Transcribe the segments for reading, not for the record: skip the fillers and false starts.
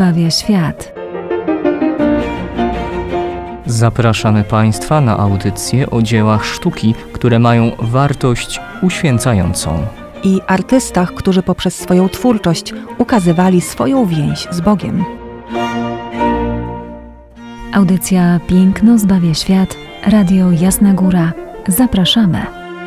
zbawia świat. Zapraszamy Państwa na audycję o dziełach sztuki, które mają wartość uświęcającą. I artystach, którzy poprzez swoją twórczość ukazywali swoją więź z Bogiem. Audycja Piękno zbawia świat. Radio Jasna Góra. Zapraszamy.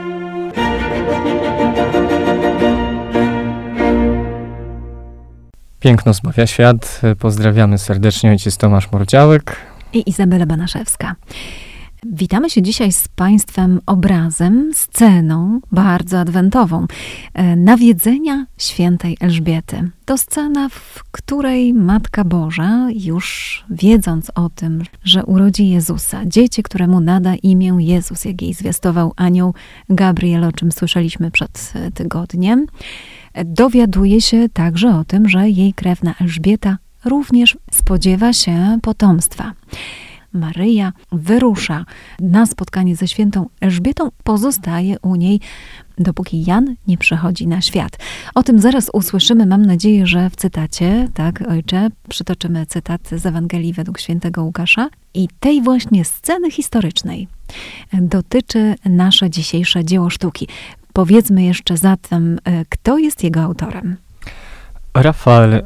Piękno zbawia świat. Pozdrawiamy serdecznie ojciec Tomasz Mordziałek i Izabela Banaszewska. Witamy się dzisiaj z Państwem obrazem, sceną bardzo adwentową nawiedzenia świętej Elżbiety. To scena, w której Matka Boża, już wiedząc o tym, że urodzi Jezusa, dziecię, któremu nada imię Jezus, jak jej zwiastował anioł Gabriel, o czym słyszeliśmy przed tygodniem, dowiaduje się także o tym, że jej krewna Elżbieta również spodziewa się potomstwa. Maryja wyrusza na spotkanie ze świętą Elżbietą, pozostaje u niej, dopóki Jan nie przychodzi na świat. O tym zaraz usłyszymy, mam nadzieję, że w cytacie, tak ojcze, przytoczymy cytat z Ewangelii według świętego Łukasza. I tej właśnie sceny historycznej dotyczy nasze dzisiejsze dzieło sztuki. Powiedzmy jeszcze zatem, kto jest jego autorem. Rafael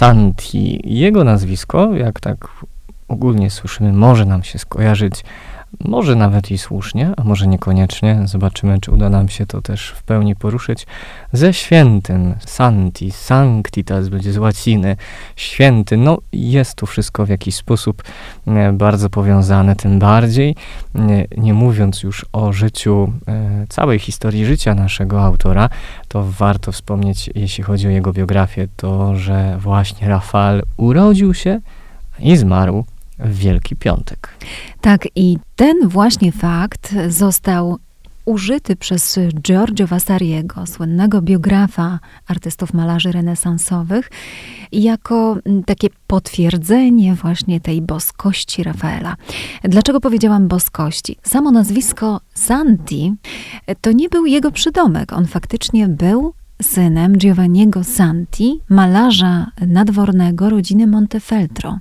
Santi. Jego nazwisko, jak tak ogólnie słyszymy, może nam się skojarzyć, może nawet i słusznie, a może niekoniecznie. Zobaczymy, czy uda nam się to też w pełni poruszyć. Ze świętym, Santi, Sanctitas będzie z łaciny, święty. No jest tu wszystko w jakiś sposób bardzo powiązane, tym bardziej, nie mówiąc już o życiu, całej historii życia naszego autora, to warto wspomnieć, jeśli chodzi o jego biografię, to, że właśnie Rafael urodził się i zmarł w Wielki Piątek. Tak, i ten właśnie fakt został użyty przez Giorgio Vasariego, słynnego biografa artystów malarzy renesansowych, jako takie potwierdzenie właśnie tej boskości Rafaela. Dlaczego powiedziałam boskości? Samo nazwisko Santi to nie był jego przydomek. On faktycznie był synem Giovanniego Santi, malarza nadwornego rodziny Montefeltro.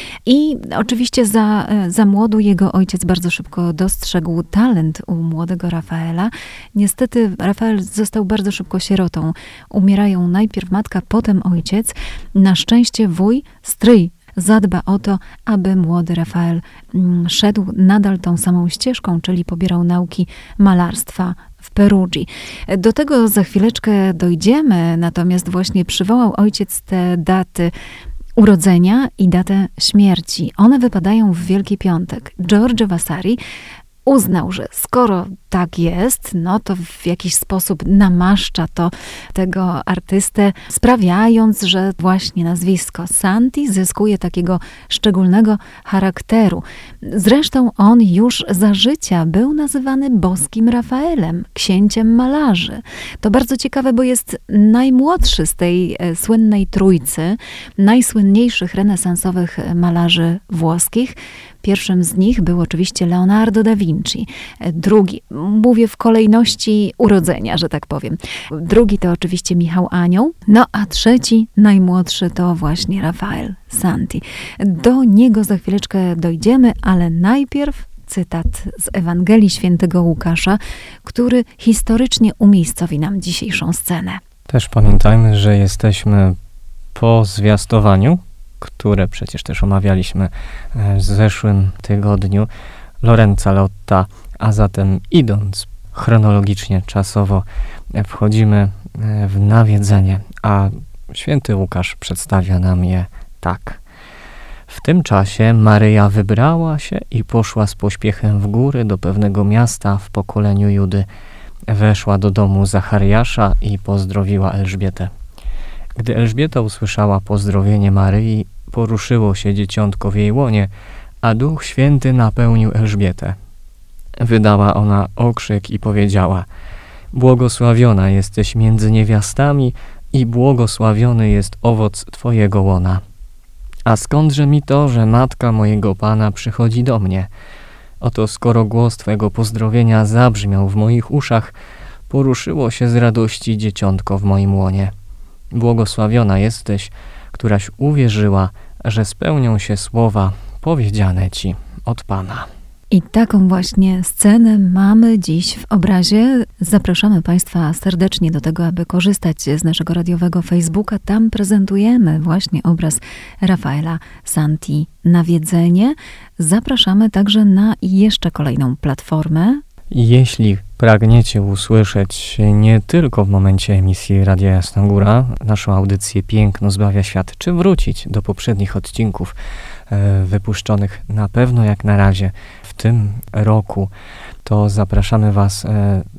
I oczywiście za młodu jego ojciec bardzo szybko dostrzegł talent u młodego Rafaela. Niestety Rafael został bardzo szybko sierotą. Umierają najpierw matka, potem ojciec. Na szczęście stryj zadba o to, aby młody Rafael szedł nadal tą samą ścieżką, czyli pobierał nauki malarstwa w Perugii. Do tego za chwileczkę dojdziemy, natomiast właśnie przywołał ojciec te daty urodzenia i datę śmierci. One wypadają w Wielki Piątek. Giorgio Vasari uznał, że skoro tak jest, no to w jakiś sposób namaszcza to tego artystę, sprawiając, że właśnie nazwisko Santi zyskuje takiego szczególnego charakteru. Zresztą on już za życia był nazywany boskim Rafaelem, księciem malarzy. To bardzo ciekawe, bo jest najmłodszy z tej słynnej trójcy, najsłynniejszych renesansowych malarzy włoskich. Pierwszym z nich był oczywiście Leonardo da Vinci. Drugi, mówię w kolejności urodzenia, że tak powiem. Drugi to oczywiście Michał Anioł. No a trzeci, najmłodszy to właśnie Rafael Santi. Do niego za chwileczkę dojdziemy, ale najpierw cytat z Ewangelii świętego Łukasza, który historycznie umiejscowi nam dzisiejszą scenę. Też pamiętajmy, że jesteśmy po zwiastowaniu, które przecież też omawialiśmy w zeszłym tygodniu, Lorenza Lotta, a zatem idąc chronologicznie, czasowo wchodzimy w nawiedzenie, a święty Łukasz przedstawia nam je tak. W tym czasie Maryja wybrała się i poszła z pośpiechem w góry do pewnego miasta w pokoleniu Judy. Weszła do domu Zachariasza i pozdrowiła Elżbietę. Gdy Elżbieta usłyszała pozdrowienie Maryi, poruszyło się dzieciątko w jej łonie, a Duch Święty napełnił Elżbietę. Wydała ona okrzyk i powiedziała: błogosławiona jesteś między niewiastami i błogosławiony jest owoc Twojego łona. A skądże mi to, że matka mojego Pana przychodzi do mnie? Oto skoro głos Twego pozdrowienia zabrzmiał w moich uszach, poruszyło się z radości dzieciątko w moim łonie. Błogosławiona jesteś, któraś uwierzyła, że spełnią się słowa powiedziane Ci od Pana. I taką właśnie scenę mamy dziś w obrazie. Zapraszamy Państwa serdecznie do tego, aby korzystać z naszego radiowego Facebooka. Tam prezentujemy właśnie obraz Rafaela Santi Nawiedzenie. Zapraszamy także na jeszcze kolejną platformę. Jeśli pragniecie usłyszeć nie tylko w momencie emisji Radia Jasna Góra naszą audycję Piękno zbawia świat, czy wrócić do poprzednich odcinków wypuszczonych na pewno jak na razie w tym roku, to zapraszamy Was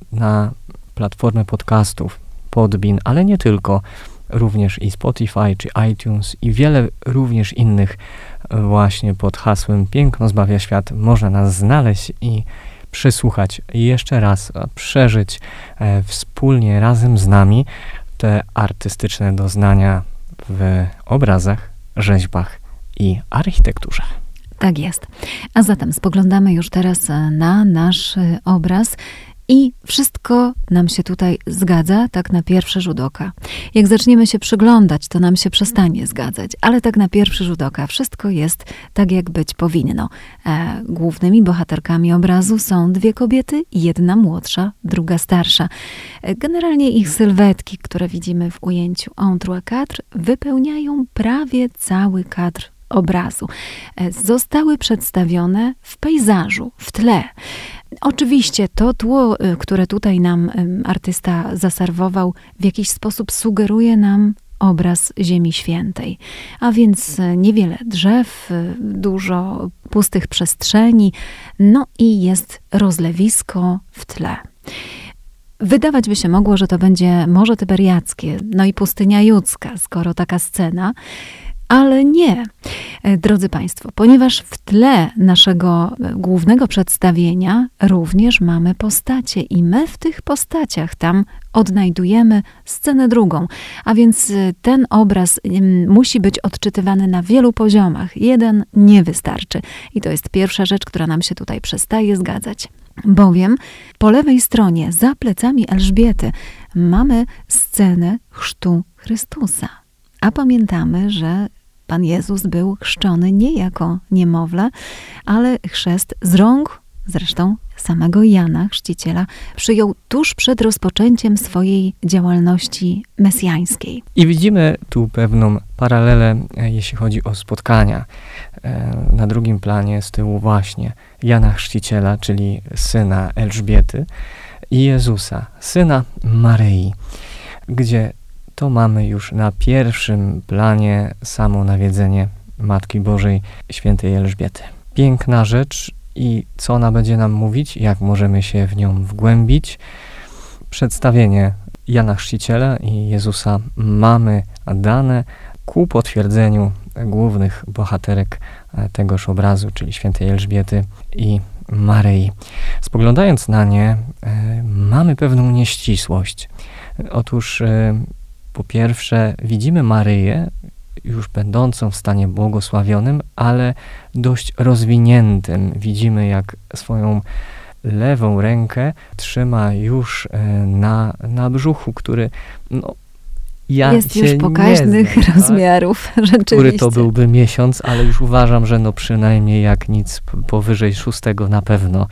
na platformę podcastów Podbean, ale nie tylko, również i Spotify czy iTunes i wiele również innych właśnie pod hasłem Piękno zbawia świat można nas znaleźć i przysłuchać jeszcze raz, przeżyć wspólnie razem z nami te artystyczne doznania w obrazach, rzeźbach i architekturze. Tak jest. A zatem spoglądamy już teraz na nasz obraz i wszystko nam się tutaj zgadza, tak na pierwszy rzut oka. Jak zaczniemy się przyglądać, to nam się przestanie zgadzać, ale tak na pierwszy rzut oka wszystko jest tak, jak być powinno. Głównymi bohaterkami obrazu są dwie kobiety, jedna młodsza, druga starsza. Generalnie ich sylwetki, które widzimy w ujęciu entre-cadre, wypełniają prawie cały kadr obrazu. Zostały przedstawione w pejzażu, w tle. Oczywiście to tło, które tutaj nam artysta zaserwował, w jakiś sposób sugeruje nam obraz Ziemi Świętej. A więc niewiele drzew, dużo pustych przestrzeni, no i jest rozlewisko w tle. Wydawać by się mogło, że to będzie Morze Tyberiackie, no i pustynia judzka, skoro taka scena. Ale nie, drodzy Państwo, ponieważ w tle naszego głównego przedstawienia również mamy postacie i my w tych postaciach tam odnajdujemy scenę drugą. A więc ten obraz musi być odczytywany na wielu poziomach. Jeden nie wystarczy. I to jest pierwsza rzecz, która nam się tutaj przestaje zgadzać. Bowiem po lewej stronie, za plecami Elżbiety, mamy scenę chrztu Chrystusa. A pamiętamy, że Pan Jezus był chrzczony nie jako niemowlę, ale chrzest z rąk, zresztą samego Jana Chrzciciela, przyjął tuż przed rozpoczęciem swojej działalności mesjańskiej. I widzimy tu pewną paralelę, jeśli chodzi o spotkania. Na drugim planie z tyłu właśnie Jana Chrzciciela, czyli syna Elżbiety, i Jezusa, syna Maryi, gdzie to mamy już na pierwszym planie samo nawiedzenie Matki Bożej, świętej Elżbiety. Piękna rzecz i co ona będzie nam mówić, jak możemy się w nią wgłębić. Przedstawienie Jana Chrzciciela i Jezusa mamy dane ku potwierdzeniu głównych bohaterek tegoż obrazu, czyli świętej Elżbiety i Maryi. Spoglądając na nie, mamy pewną nieścisłość. Otóż po pierwsze, widzimy Maryję, już będącą w stanie błogosławionym, ale dość rozwiniętym. Widzimy, jak swoją lewą rękę trzyma już na brzuchu, który jest już pokaźnych rozmiarów, rzeczywiście. Który to byłby miesiąc, ale już uważam, że przynajmniej jak nic powyżej 6 na pewno.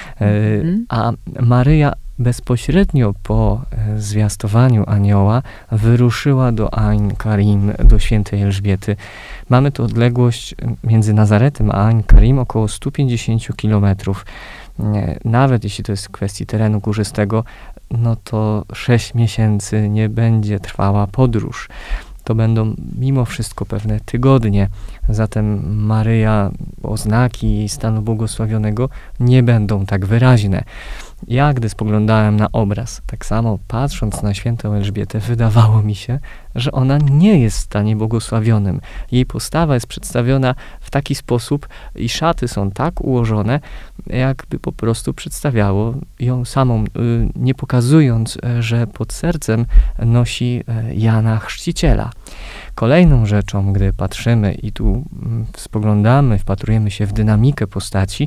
A Maryja bezpośrednio po zwiastowaniu anioła wyruszyła do Ain Karim, do świętej Elżbiety. Mamy tu odległość między Nazaretem a Ain Karim około 150 kilometrów. Nawet jeśli to jest w kwestii terenu górzystego, to 6 miesięcy nie będzie trwała podróż. To będą mimo wszystko pewne tygodnie. Zatem Maryja, oznaki jej stanu błogosławionego nie będą tak wyraźne. Ja, gdy spoglądałem na obraz, tak samo patrząc na świętą Elżbietę, wydawało mi się, że ona nie jest w stanie błogosławionym. Jej postawa jest przedstawiona w taki sposób i szaty są tak ułożone, jakby po prostu przedstawiało ją samą, nie pokazując, że pod sercem nosi Jana Chrzciciela. Kolejną rzeczą, gdy patrzymy i tu spoglądamy, wpatrujemy się w dynamikę postaci,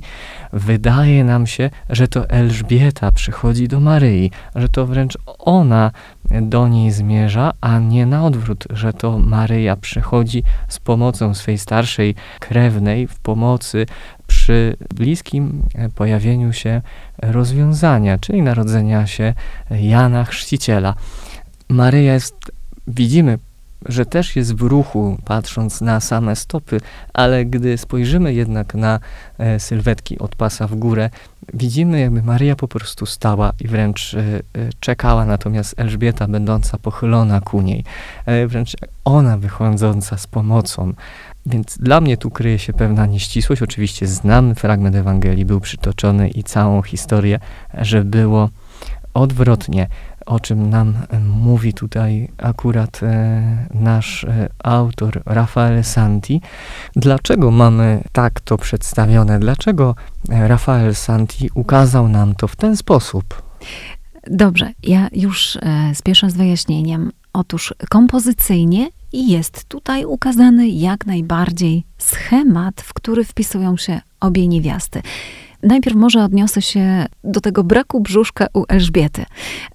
wydaje nam się, że to Elżbieta przychodzi do Maryi, że to wręcz ona do niej zmierza, a nie na odwrót, że to Maryja przychodzi z pomocą swej starszej krewnej w pomocy przy bliskim pojawieniu się rozwiązania, czyli narodzenia się Jana Chrzciciela. Maryja jest, widzimy, że też jest w ruchu, patrząc na same stopy, ale gdy spojrzymy jednak na sylwetki od pasa w górę, widzimy, jakby Maryja po prostu stała i wręcz czekała, natomiast Elżbieta będąca pochylona ku niej, wręcz ona wychodząca z pomocą. Więc dla mnie tu kryje się pewna nieścisłość. Oczywiście znamy fragment Ewangelii, był przytoczony i całą historię, że było odwrotnie, o czym nam mówi tutaj akurat nasz autor Rafael Santi. Dlaczego mamy tak to przedstawione? Dlaczego Rafael Santi ukazał nam to w ten sposób? Dobrze, ja już spieszę z wyjaśnieniem. Otóż kompozycyjnie jest tutaj ukazany jak najbardziej schemat, w który wpisują się obie niewiasty. Najpierw może odniosę się do tego braku brzuszka u Elżbiety.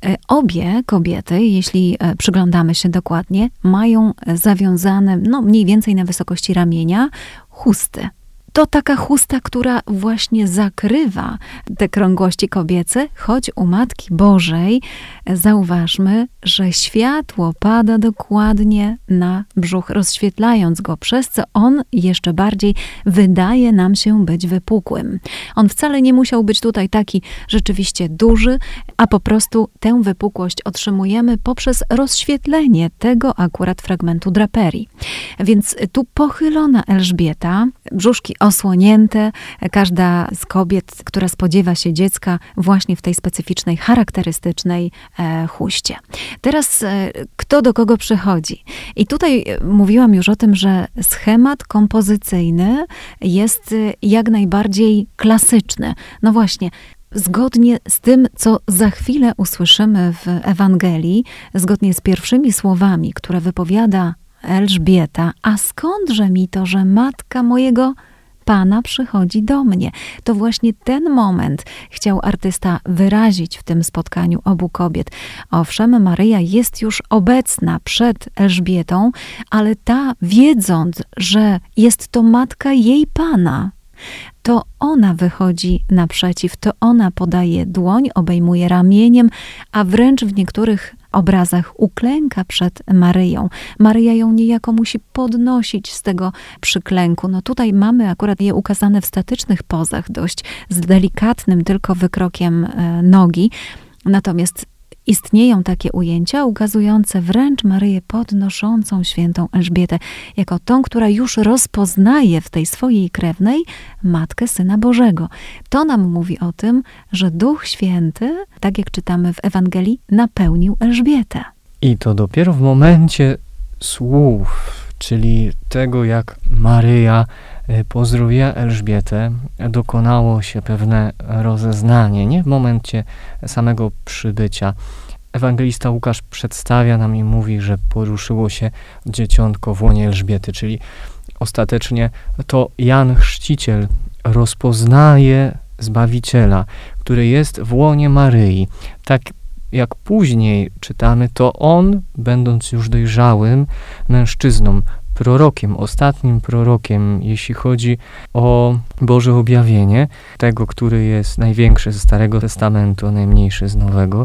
Obie kobiety, jeśli przyglądamy się dokładnie, mają zawiązane, mniej więcej na wysokości ramienia, chusty. To taka chusta, która właśnie zakrywa te krągłości kobiece, choć u Matki Bożej zauważmy, że światło pada dokładnie na brzuch, rozświetlając go, przez co on jeszcze bardziej wydaje nam się być wypukłym. On wcale nie musiał być tutaj taki rzeczywiście duży, a po prostu tę wypukłość otrzymujemy poprzez rozświetlenie tego akurat fragmentu draperii. Więc tu pochylona Elżbieta, brzuszki osłonięte, każda z kobiet, która spodziewa się dziecka właśnie w tej specyficznej, charakterystycznej chuście. Teraz kto do kogo przychodzi? I tutaj mówiłam już o tym, że schemat kompozycyjny jest jak najbardziej klasyczny. No właśnie, zgodnie z tym, co za chwilę usłyszymy w Ewangelii, zgodnie z pierwszymi słowami, które wypowiada Elżbieta, a skądże mi to, że matka mojego Pana przychodzi do mnie. To właśnie ten moment chciał artysta wyrazić w tym spotkaniu obu kobiet. Owszem, Maryja jest już obecna przed Elżbietą, ale ta, wiedząc, że jest to matka jej Pana, to ona wychodzi naprzeciw, to ona podaje dłoń, obejmuje ramieniem, a wręcz w niektórych obrazach uklęka przed Maryją. Maryja ją niejako musi podnosić z tego przyklęku. No tutaj mamy akurat je ukazane w statycznych pozach, dość z delikatnym tylko wykrokiem nogi. Natomiast istnieją takie ujęcia ukazujące wręcz Maryję podnoszącą świętą Elżbietę, jako tą, która już rozpoznaje w tej swojej krewnej Matkę Syna Bożego. To nam mówi o tym, że Duch Święty, tak jak czytamy w Ewangelii, napełnił Elżbietę. I to dopiero w momencie słów, czyli tego, jak Maryja pozdrowiła Elżbietę, dokonało się pewne rozeznanie, nie w momencie samego przybycia. Ewangelista Łukasz przedstawia nam i mówi, że poruszyło się dzieciątko w łonie Elżbiety, czyli ostatecznie to Jan Chrzciciel rozpoznaje Zbawiciela, który jest w łonie Maryi. Tak jak później czytamy, to on, będąc już dojrzałym mężczyzną, prorokiem, ostatnim prorokiem, jeśli chodzi o Boże objawienie, tego, który jest największy ze Starego Testamentu, a najmniejszy z Nowego,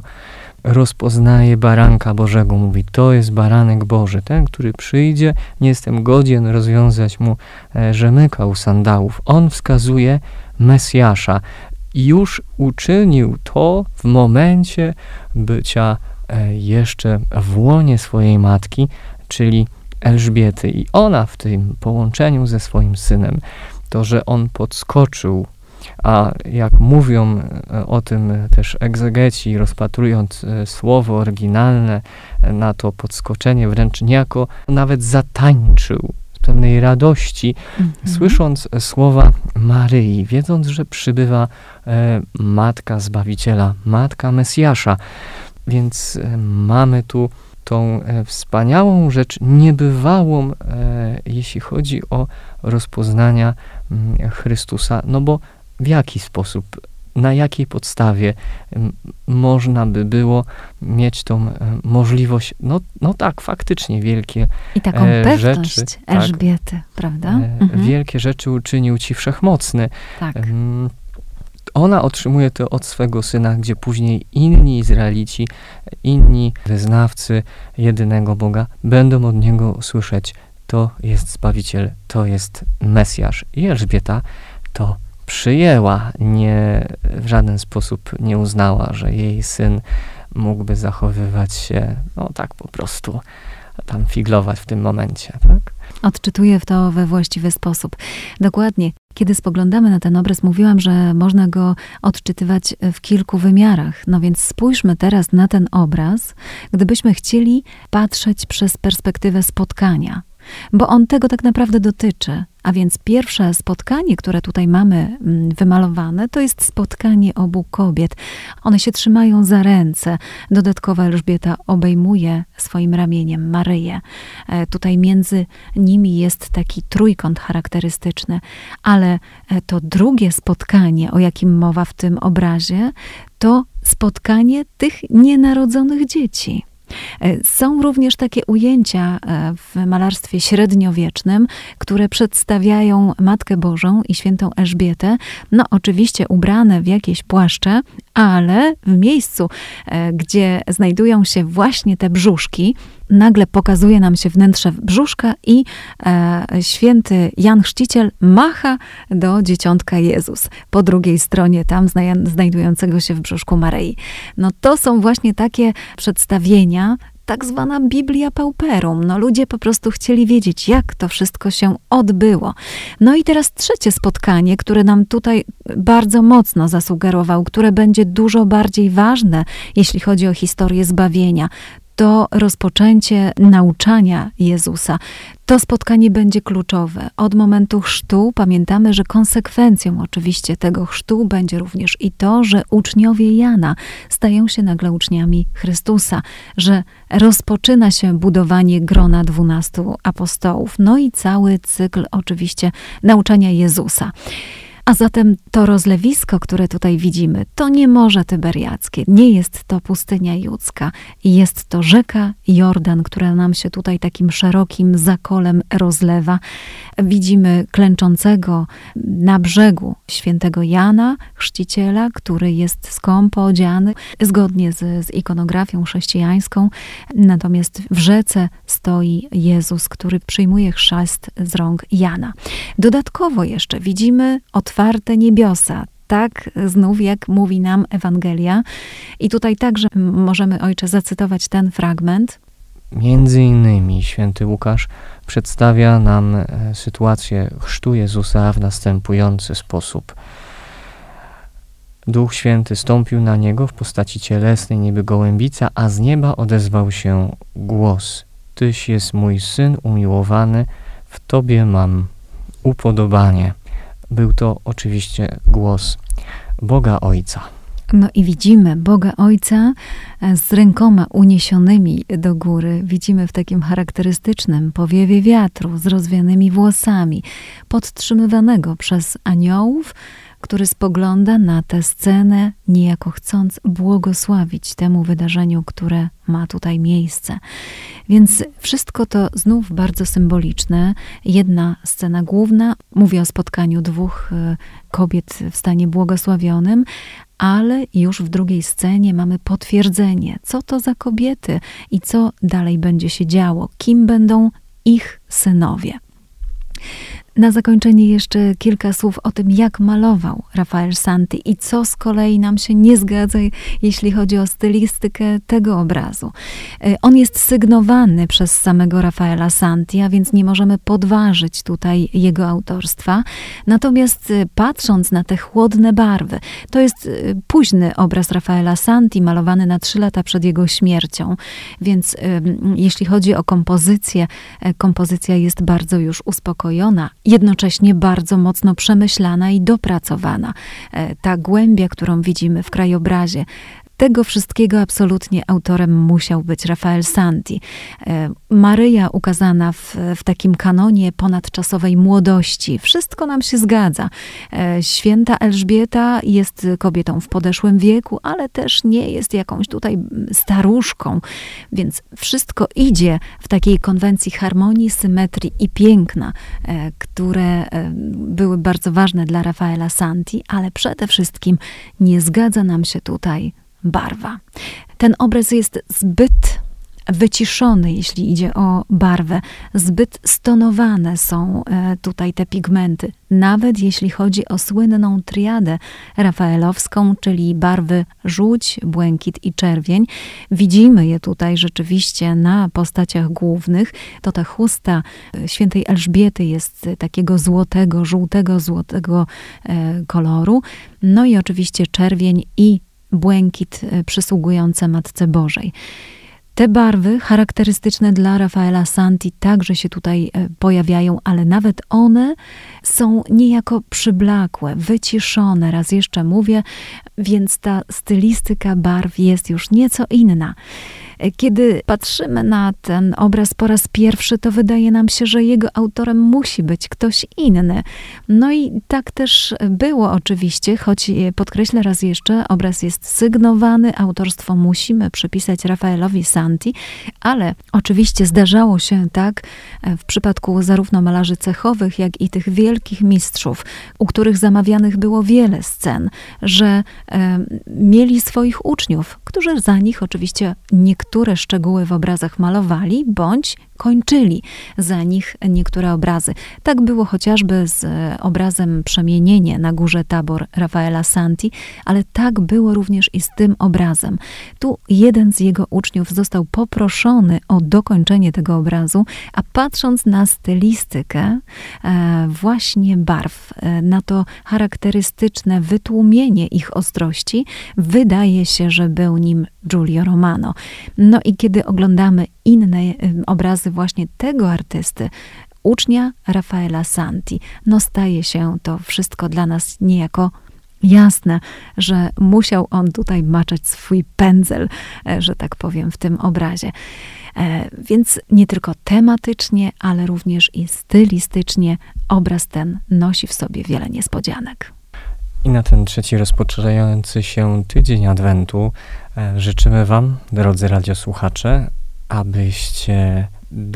rozpoznaje baranka Bożego. Mówi, to jest baranek Boży, ten, który przyjdzie, nie jestem godzien rozwiązać mu rzemyka u sandałów. On wskazuje Mesjasza. I już uczynił to w momencie bycia jeszcze w łonie swojej matki, czyli Elżbiety. I ona w tym połączeniu ze swoim synem, to, że on podskoczył, a jak mówią o tym też egzegeci, rozpatrując słowo oryginalne na to podskoczenie, wręcz niejako nawet zatańczył pewnej radości, słysząc słowa Maryi, wiedząc, że przybywa Matka Zbawiciela, Matka Mesjasza. Więc mamy tu tą wspaniałą rzecz, niebywałą, jeśli chodzi o rozpoznania Chrystusa. No bo w jaki sposób, na jakiej podstawie można by było mieć tą możliwość, no tak, faktycznie wielkie i taką pewność rzeczy, Elżbiety, tak, prawda? Wielkie rzeczy uczynił Ci Wszechmocny. Tak. Ona otrzymuje to od swego Syna, gdzie później inni Izraelici, inni wyznawcy jedynego Boga będą od Niego słyszeć: to jest Zbawiciel, to jest Mesjasz. I Elżbieta to przyjęła, w żaden sposób nie uznała, że jej syn mógłby zachowywać się, no tak po prostu, tam figlować w tym momencie, tak? Odczytuje to we właściwy sposób. Dokładnie. Kiedy spoglądamy na ten obraz, mówiłam, że można go odczytywać w kilku wymiarach. No więc spójrzmy teraz na ten obraz, gdybyśmy chcieli patrzeć przez perspektywę spotkania, bo on tego tak naprawdę dotyczy. A więc pierwsze spotkanie, które tutaj mamy wymalowane, to jest spotkanie obu kobiet. One się trzymają za ręce. Dodatkowo Elżbieta obejmuje swoim ramieniem Maryję. Tutaj między nimi jest taki trójkąt charakterystyczny. Ale to drugie spotkanie, o jakim mowa w tym obrazie, to spotkanie tych nienarodzonych dzieci. Są również takie ujęcia w malarstwie średniowiecznym, które przedstawiają Matkę Bożą i świętą Elżbietę, no oczywiście ubrane w jakieś płaszcze, ale w miejscu, gdzie znajdują się właśnie te brzuszki, nagle pokazuje nam się wnętrze brzuszka i święty Jan Chrzciciel macha do dzieciątka Jezus po drugiej stronie tam znajdującego się w brzuszku Maryi. No to są właśnie takie przedstawienia, tak zwana Biblia Pauperum. No ludzie po prostu chcieli wiedzieć, jak to wszystko się odbyło. No i teraz trzecie spotkanie, które nam tutaj bardzo mocno zasugerował, które będzie dużo bardziej ważne, jeśli chodzi o historię zbawienia. To rozpoczęcie nauczania Jezusa. To spotkanie będzie kluczowe. Od momentu chrztu pamiętamy, że konsekwencją oczywiście tego chrztu będzie również i to, że uczniowie Jana stają się nagle uczniami Chrystusa, że rozpoczyna się budowanie grona 12 apostołów. No i cały cykl oczywiście nauczania Jezusa. A zatem to rozlewisko, które tutaj widzimy, to nie Morze Tyberiackie, nie jest to pustynia judzka. Jest to rzeka Jordan, która nam się tutaj takim szerokim zakolem rozlewa. Widzimy klęczącego na brzegu świętego Jana Chrzciciela, który jest skąpo odziany, zgodnie z ikonografią chrześcijańską. Natomiast w rzece stoi Jezus, który przyjmuje chrzest z rąk Jana. Dodatkowo jeszcze widzimy otwarte niebiosa, tak znów jak mówi nam Ewangelia. I tutaj także możemy, Ojcze, zacytować ten fragment. Między innymi święty Łukasz przedstawia nam sytuację chrztu Jezusa w następujący sposób. Duch Święty stąpił na Niego w postaci cielesnej, niby gołębica, a z nieba odezwał się głos: Tyś jest mój Syn umiłowany, w Tobie mam upodobanie. Był to oczywiście głos Boga Ojca. No i widzimy Boga Ojca z rękoma uniesionymi do góry. Widzimy w takim charakterystycznym powiewie wiatru z rozwianymi włosami, podtrzymywanego przez aniołów, który spogląda na tę scenę, niejako chcąc błogosławić temu wydarzeniu, które ma tutaj miejsce. Więc wszystko to znów bardzo symboliczne. Jedna scena główna mówi o spotkaniu dwóch kobiet w stanie błogosławionym, ale już w drugiej scenie mamy potwierdzenie, co to za kobiety i co dalej będzie się działo, kim będą ich synowie. Na zakończenie jeszcze kilka słów o tym, jak malował Rafael Santi i co z kolei nam się nie zgadza, jeśli chodzi o stylistykę tego obrazu. On jest sygnowany przez samego Rafaela Santi, a więc nie możemy podważyć tutaj jego autorstwa. Natomiast patrząc na te chłodne barwy, to jest późny obraz Rafaela Santi, malowany na 3 lata przed jego śmiercią, więc jeśli chodzi o kompozycję, kompozycja jest bardzo już uspokojona, jednocześnie bardzo mocno przemyślana i dopracowana. Ta głębia, którą widzimy w krajobrazie, tego wszystkiego absolutnie autorem musiał być Rafael Santi. Maryja ukazana w takim kanonie ponadczasowej młodości. Wszystko nam się zgadza. Święta Elżbieta jest kobietą w podeszłym wieku, ale też nie jest jakąś tutaj staruszką. Więc wszystko idzie w takiej konwencji harmonii, symetrii i piękna, które były bardzo ważne dla Rafaela Santi, ale przede wszystkim nie zgadza nam się tutaj barwa. Ten obraz jest zbyt wyciszony, jeśli idzie o barwę. Zbyt stonowane są tutaj te pigmenty. Nawet jeśli chodzi o słynną triadę rafaelowską, czyli barwy żółć, błękit i czerwień. Widzimy je tutaj rzeczywiście na postaciach głównych. To ta chusta świętej Elżbiety jest takiego złotego, żółtego, złotego koloru. No i oczywiście czerwień i błękit przysługujące Matce Bożej. Te barwy charakterystyczne dla Rafaela Santi także się tutaj pojawiają, ale nawet one są niejako przyblakłe, wyciszone, raz jeszcze mówię, więc ta stylistyka barw jest już nieco inna. Kiedy patrzymy na ten obraz po raz pierwszy, to wydaje nam się, że jego autorem musi być ktoś inny. No i tak też było oczywiście, choć podkreślę raz jeszcze, obraz jest sygnowany, autorstwo musimy przypisać Rafaelowi Santi, ale oczywiście zdarzało się tak w przypadku zarówno malarzy cechowych, jak i tych wielkich mistrzów, u których zamawianych było wiele scen, że mieli swoich uczniów, którzy za nich oczywiście niektóre szczegóły w obrazach malowali, bądź kończyli za nich niektóre obrazy. Tak było chociażby z obrazem Przemienienie na górze Tabor Rafaela Santi, ale tak było również i z tym obrazem. Tu jeden z jego uczniów został poproszony o dokończenie tego obrazu, a patrząc na stylistykę właśnie barw, na to charakterystyczne wytłumienie ich ostrości, wydaje się, że był nim Giulio Romano. No i kiedy oglądamy inne obrazy właśnie tego artysty, ucznia Rafaela Santi, no staje się to wszystko dla nas niejako jasne, że musiał on tutaj maczać swój pędzel, że tak powiem, w tym obrazie. Więc nie tylko tematycznie, ale również i stylistycznie obraz ten nosi w sobie wiele niespodzianek. I na ten trzeci rozpoczynający się tydzień Adwentu życzymy wam, drodzy radiosłuchacze, abyście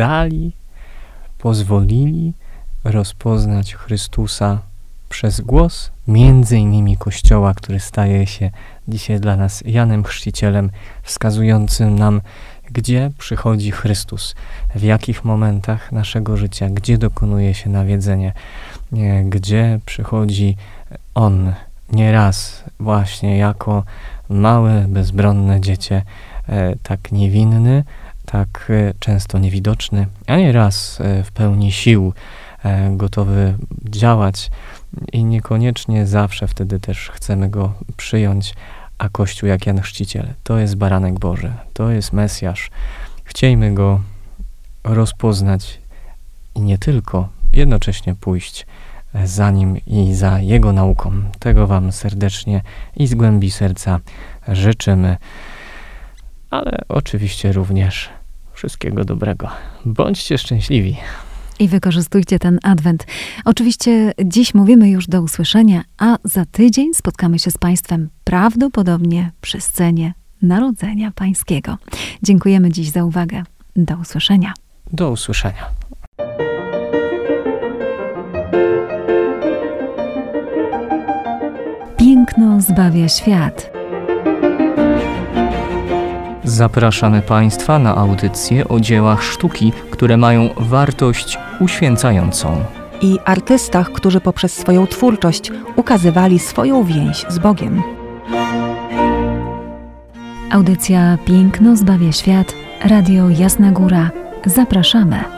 pozwolili rozpoznać Chrystusa przez głos, między innymi Kościoła, który staje się dzisiaj dla nas Janem Chrzcicielem, wskazującym nam, gdzie przychodzi Chrystus, w jakich momentach naszego życia, gdzie dokonuje się nawiedzenie, gdzie przychodzi On nieraz właśnie jako małe, bezbronne dziecię, tak niewinny, tak często niewidoczny, a nieraz w pełni sił, gotowy działać i niekoniecznie zawsze wtedy też chcemy Go przyjąć, a Kościół jak Jan Chrzciciel to jest Baranek Boży, to jest Mesjasz. Chciejmy Go rozpoznać i nie tylko, jednocześnie pójść za Nim i za Jego nauką. Tego wam serdecznie i z głębi serca życzymy, ale oczywiście również wszystkiego dobrego. Bądźcie szczęśliwi. I wykorzystujcie ten adwent. Oczywiście dziś mówimy już do usłyszenia, a za tydzień spotkamy się z Państwem prawdopodobnie przy scenie Narodzenia Pańskiego. Dziękujemy dziś za uwagę. Do usłyszenia. Do usłyszenia. Piękno zbawia świat. Zapraszamy Państwa na audycje o dziełach sztuki, które mają wartość uświęcającą. i artystach, którzy poprzez swoją twórczość ukazywali swoją więź z Bogiem. Audycja Piękno zbawia świat, Radio Jasna Góra. Zapraszamy.